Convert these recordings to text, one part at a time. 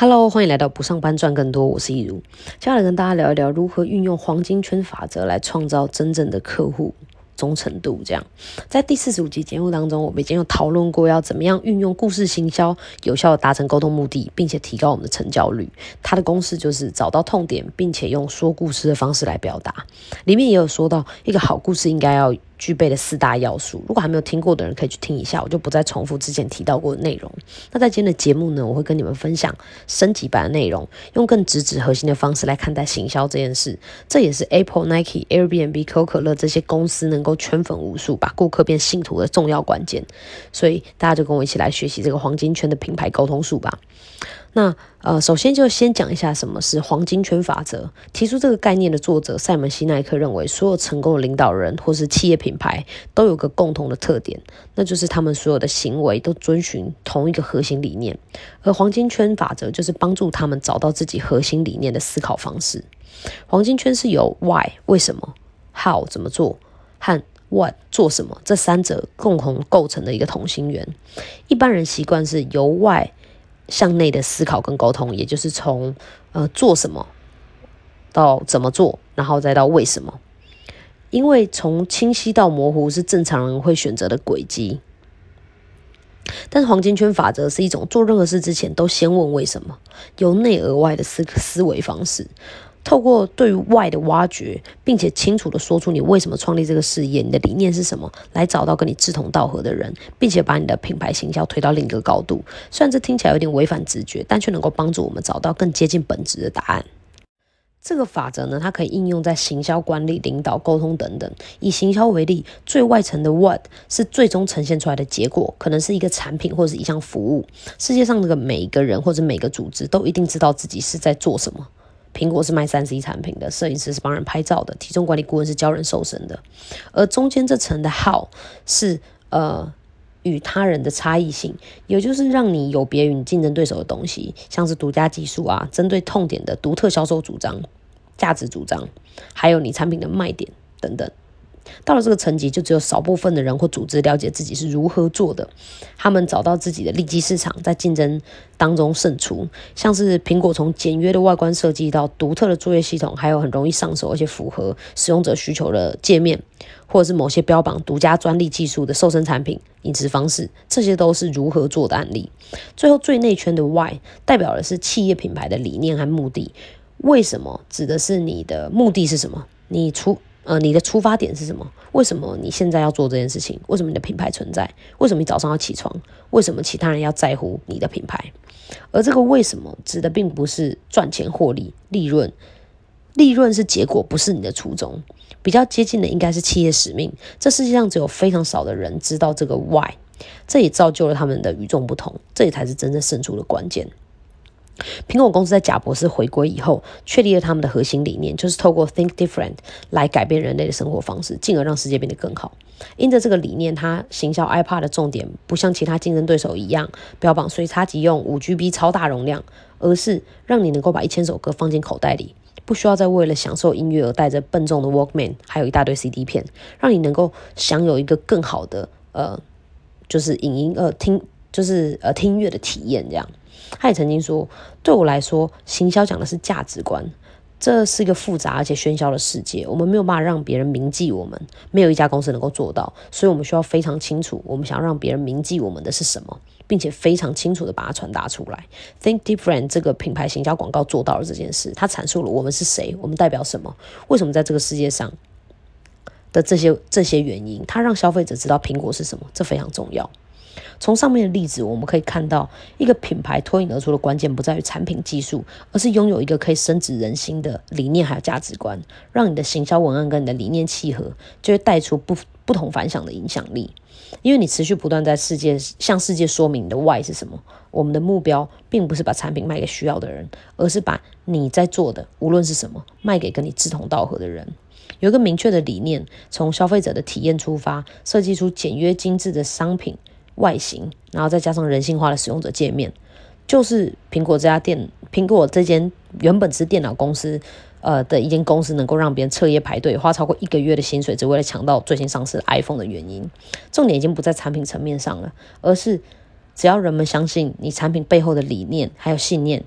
Hello，欢迎来到不上班赚更多，我是一如。接下来跟大家聊一聊如何运用黄金圈法则来创造真正的客户忠诚度。这样，在第45集节目当中，我们已经有讨论过要怎么样运用故事行销，有效的达成沟通目的，并且提高我们的成交率。它的公式就是找到痛点，并且用说故事的方式来表达。里面也有说到，一个好故事应该要具备的4大要素，如果还没有听过的人可以去听一下，我就不再重复之前提到过的内容。那在今天的节目呢，我会跟你们分享升级版的内容，用更直指核心的方式来看待行销这件事。这也是 Apple、Nike、Airbnb、可口可乐这些公司能够圈粉无数，把顾客变信徒的重要关键。所以大家就跟我一起来学习这个黄金圈的品牌沟通术吧。那首先就先讲一下什么是黄金圈法则。提出这个概念的作者塞门西奈克认为，所有成功的领导人或是企业品牌都有个共同的特点，那就是他们所有的行为都遵循同一个核心理念。而黄金圈法则就是帮助他们找到自己核心理念的思考方式。黄金圈是由 Why 为什么、How 怎么做和What 做什么这3者共同构成的一个同心圆。一般人习惯是由外向内的思考跟沟通，也就是从做什么到怎么做，然后再到为什么。因为从清晰到模糊是正常人会选择的轨迹，但是黄金圈法则是一种做任何事之前都先问为什么，由内而外的思维方式。透过对于外的挖掘，并且清楚的说出你为什么创立这个事业，你的理念是什么，来找到跟你志同道合的人，并且把你的品牌行销推到另一个高度。虽然这听起来有点违反直觉，但却能够帮助我们找到更接近本质的答案。这个法则呢，它可以应用在行销管理、领导、沟通等等。以行销为例，最外层的 What 是最终呈现出来的结果，可能是一个产品或者是一项服务。世界上的每一个人或者每个组织都一定知道自己是在做什么。苹果是卖3C 产品的，摄影师是帮人拍照的，体重管理顾问是教人瘦身的。而中间这层的 How 是与他人的差异性，也就是让你有别于你竞争对手的东西，像是独家技术啊，针对痛点的独特销售主张、价值主张，还有你产品的卖点等等。到了这个层级，就只有少部分的人或组织了解自己是如何做的，他们找到自己的利基市场，在竞争当中胜出。像是苹果从简约的外观设计到独特的作业系统，还有很容易上手而且符合使用者需求的界面，或者是某些标榜独家专利技术的瘦身产品、饮食方式，这些都是如何做的案例。最后最内圈的 Why 代表的是企业品牌的理念和目的。为什么指的是你的目的是什么，你的出发点是什么？为什么你现在要做这件事情？为什么你的品牌存在？为什么你早上要起床？为什么其他人要在乎你的品牌？而这个为什么指的并不是赚钱获利、利润是结果，不是你的初衷。比较接近的应该是企业使命。这世界上只有非常少的人知道这个 why， 这也造就了他们的与众不同，这也才是真正胜出的关键。苹果公司在贾博士回归以后，确立了他们的核心理念，就是透过 Think Different 来改变人类的生活方式，进而让世界变得更好。因着这个理念，它行销 iPad 的重点不像其他竞争对手一样标榜随插即用 5GB 超大容量，而是让你能够把1000首歌放进口袋里，不需要再为了享受音乐而带着笨重的 Walkman 还有一大堆 CD 片，让你能够享有一个更好的就是听音乐的体验这样。他也曾经说，对我来说，行销讲的是价值观，这是一个复杂而且喧嚣的世界，我们没有办法让别人铭记我们，没有一家公司能够做到，所以我们需要非常清楚我们想要让别人铭记我们的是什么，并且非常清楚的把它传达出来。 Think Different 这个品牌行销广告做到了这件事，它阐述了我们是谁，我们代表什么，为什么在这个世界上的这些原因，它让消费者知道苹果是什么，这非常重要。从上面的例子我们可以看到，一个品牌脱颖而出的关键不在于产品技术，而是拥有一个可以深植人心的理念还有价值观，让你的行销文案跟你的理念契合，就会带出不同凡响的影响力。因为你持续不断在向世界说明你的 why 是什么。我们的目标并不是把产品卖给需要的人，而是把你在做的无论是什么卖给跟你志同道合的人。有一个明确的理念，从消费者的体验出发，设计出简约精致的商品外形，然后再加上人性化的使用者界面，就是苹果这间原本是电脑公司的一间公司能够让别人彻夜排队，花超过1个月的薪水，只为了抢到最新上市的 iPhone 的原因。重点已经不在产品层面上了，而是只要人们相信你产品背后的理念还有信念，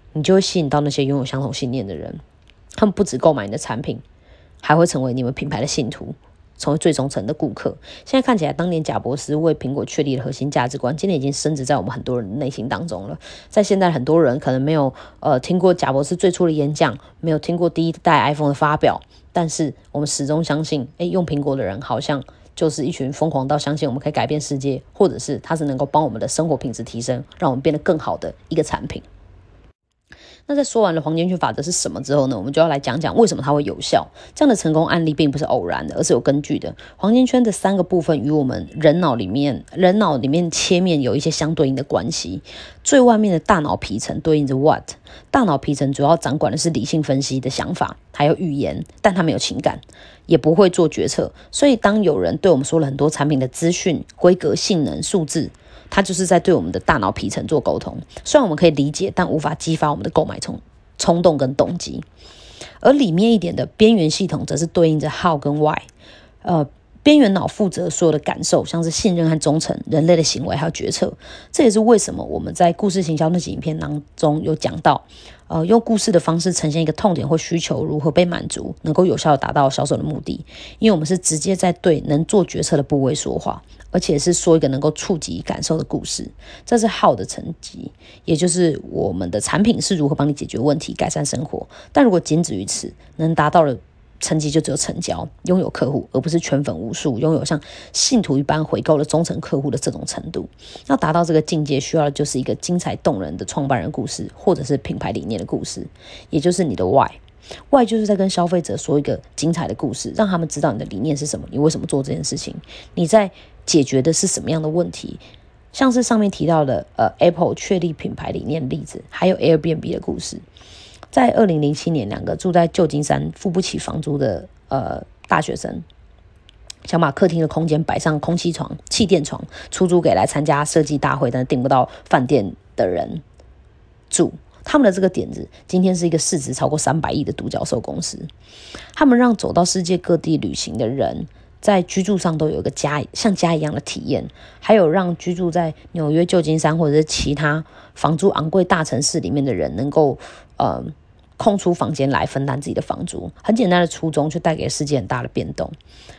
你就会吸引到那些拥有相同信念的人，他们不只购买你的产品，还会成为你们品牌的信徒，成为最忠诚的顾客。现在看起来，当年贾伯斯为苹果确立的核心价值观，今天已经深植在我们很多人的内心当中了。在现在，很多人可能没有听过贾伯斯最初的演讲，没有听过第一代 iPhone 的发表，但是我们始终相信，用苹果的人好像就是一群疯狂到相信我们可以改变世界，或者是它是能够帮我们的生活品质提升，让我们变得更好的一个产品。那在说完了黄金圈法则是什么之后呢，我们就要来讲讲为什么它会有效。这样的成功案例并不是偶然的，而是有根据的。黄金圈的3个部分与我们人脑里面切面有一些相对应的关系。最外面的大脑皮层对应着 what， 大脑皮层主要掌管的是理性分析的想法，还有语言，但它没有情感，也不会做决策。所以当有人对我们说了很多产品的资讯、规格、性能、数字，它就是在对我们的大脑皮层做沟通，虽然我们可以理解，但无法激发我们的购买冲动跟动机。而里面一点的边缘系统则是对应着 how 跟 why，边缘脑负责所有的感受，像是信任和忠诚、人类的行为还有决策。这也是为什么我们在故事行销那集影片当中有讲到，用故事的方式呈现一个痛点或需求如何被满足，能够有效地达到销售的目的。因为我们是直接在对能做决策的部位说话，而且是说一个能够触及感受的故事。这是 how 的层级，也就是我们的产品是如何帮你解决问题、改善生活。但如果仅止于此，能达到的成绩就只有成交，拥有客户，而不是圈粉无数，拥有像信徒一般回购的忠诚客户的这种程度。要达到这个境界，需要的就是一个精彩动人的创办人故事，或者是品牌理念的故事，也就是你的 why。why 就是在跟消费者说一个精彩的故事，让他们知道你的理念是什么，你为什么做这件事情，你在解决的是什么样的问题。像是上面提到的Apple 确立品牌理念的例子，还有 Airbnb 的故事。在2007年，2个住在旧金山付不起房租的大学生，想把客厅的空间摆上空气床、气垫床，出租给来参加设计大会但订不到饭店的人住。他们的这个点子今天是一个市值超过300亿的独角兽公司。他们让走到世界各地旅行的人在居住上都有一个家，像家一样的体验，还有让居住在纽约、旧金山或者是其他房租昂贵大城市里面的人能够空出房间来分担自己的房租。很简单的初衷，却带给世界很大的变动。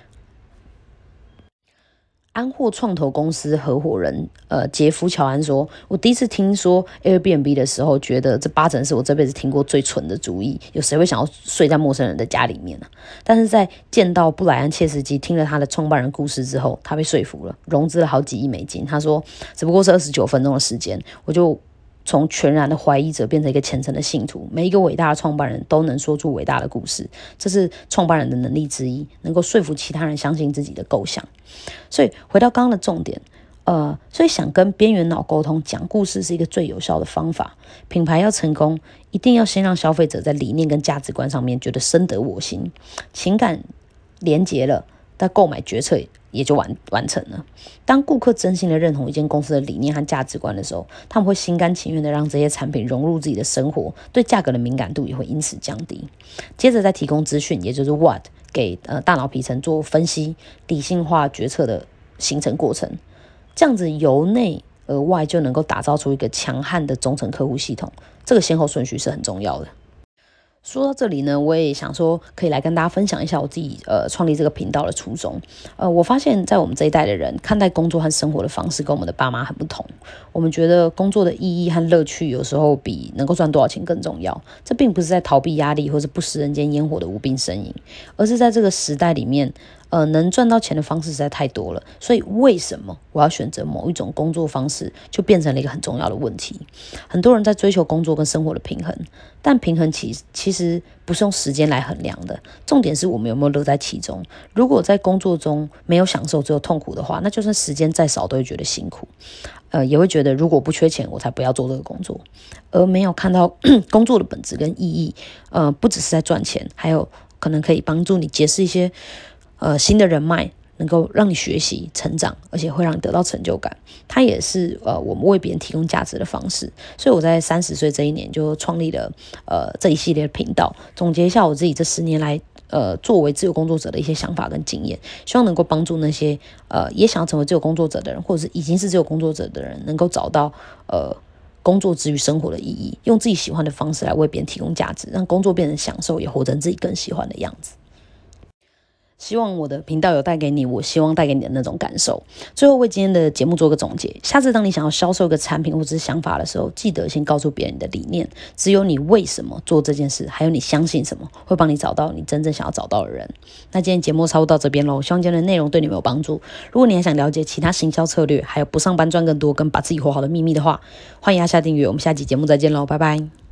安霍创投公司合伙人杰夫乔安说，我第一次听说 Airbnb 的时候，觉得这8成是我这辈子听过最蠢的主意。有谁会想要睡在陌生人的家里面呢？但是在见到布莱恩切斯基，听了他的创办人故事之后，他被说服了，融资了好几亿美金。他说，只不过是29分钟的时间，我就从全然的怀疑者变成一个虔诚的信徒。每一个伟大的创办人都能说出伟大的故事，这是创办人的能力之一，能够说服其他人相信自己的构想。所以回到刚刚的重点，所以想跟边缘脑沟通，讲故事是一个最有效的方法。品牌要成功，一定要先让消费者在理念跟价值观上面觉得深得我心，情感连结了，但购买决策也就完成了。当顾客真心的认同一间公司的理念和价值观的时候，他们会心甘情愿的让这些产品融入自己的生活，对价格的敏感度也会因此降低。接着再提供资讯，也就是 what， 给大脑皮层做分析，理性化决策的形成过程。这样子由内而外就能够打造出一个强悍的忠诚客户系统。这个先后顺序是很重要的。说到这里呢，我也想说可以来跟大家分享一下我自己创立这个频道的初衷。我发现在我们这一代的人看待工作和生活的方式跟我们的爸妈很不同。我们觉得工作的意义和乐趣有时候比能够赚多少钱更重要。这并不是在逃避压力或是不食人间烟火的无病呻吟，而是在这个时代里面能赚到钱的方式实在太多了，所以为什么我要选择某一种工作方式，就变成了一个很重要的问题。很多人在追求工作跟生活的平衡，但平衡其实不是用时间来衡量的，重点是我们有没有乐在其中。如果在工作中没有享受，只有痛苦的话，那就算时间再少都会觉得辛苦，也会觉得如果不缺钱，我才不要做这个工作，而没有看到工作的本质跟意义。不只是在赚钱，还有可能可以帮助你结识一些新的人脉，能够让你学习成长，而且会让你得到成就感。它也是我们为别人提供价值的方式。所以我在30岁这一年就创立了这一系列的频道，总结一下我自己这10年来作为自由工作者的一些想法跟经验，希望能够帮助那些也想要成为自由工作者的人，或者是已经是自由工作者的人，能够找到工作之于生活的意义，用自己喜欢的方式来为别人提供价值，让工作变成享受，也活成自己更喜欢的样子。希望我的频道有带给你我希望带给你的那种感受。最后为今天的节目做个总结，下次当你想要销售一个产品或者是想法的时候，记得先告诉别人你的理念，只有你为什么做这件事，还有你相信什么，会帮你找到你真正想要找到的人。那今天节目差不多到这边咯，希望今天的内容对你们有帮助。如果你还想了解其他行销策略，还有不上班赚更多跟把自己活好的秘密的话，欢迎下订阅，我们下期节目再见咯，拜拜。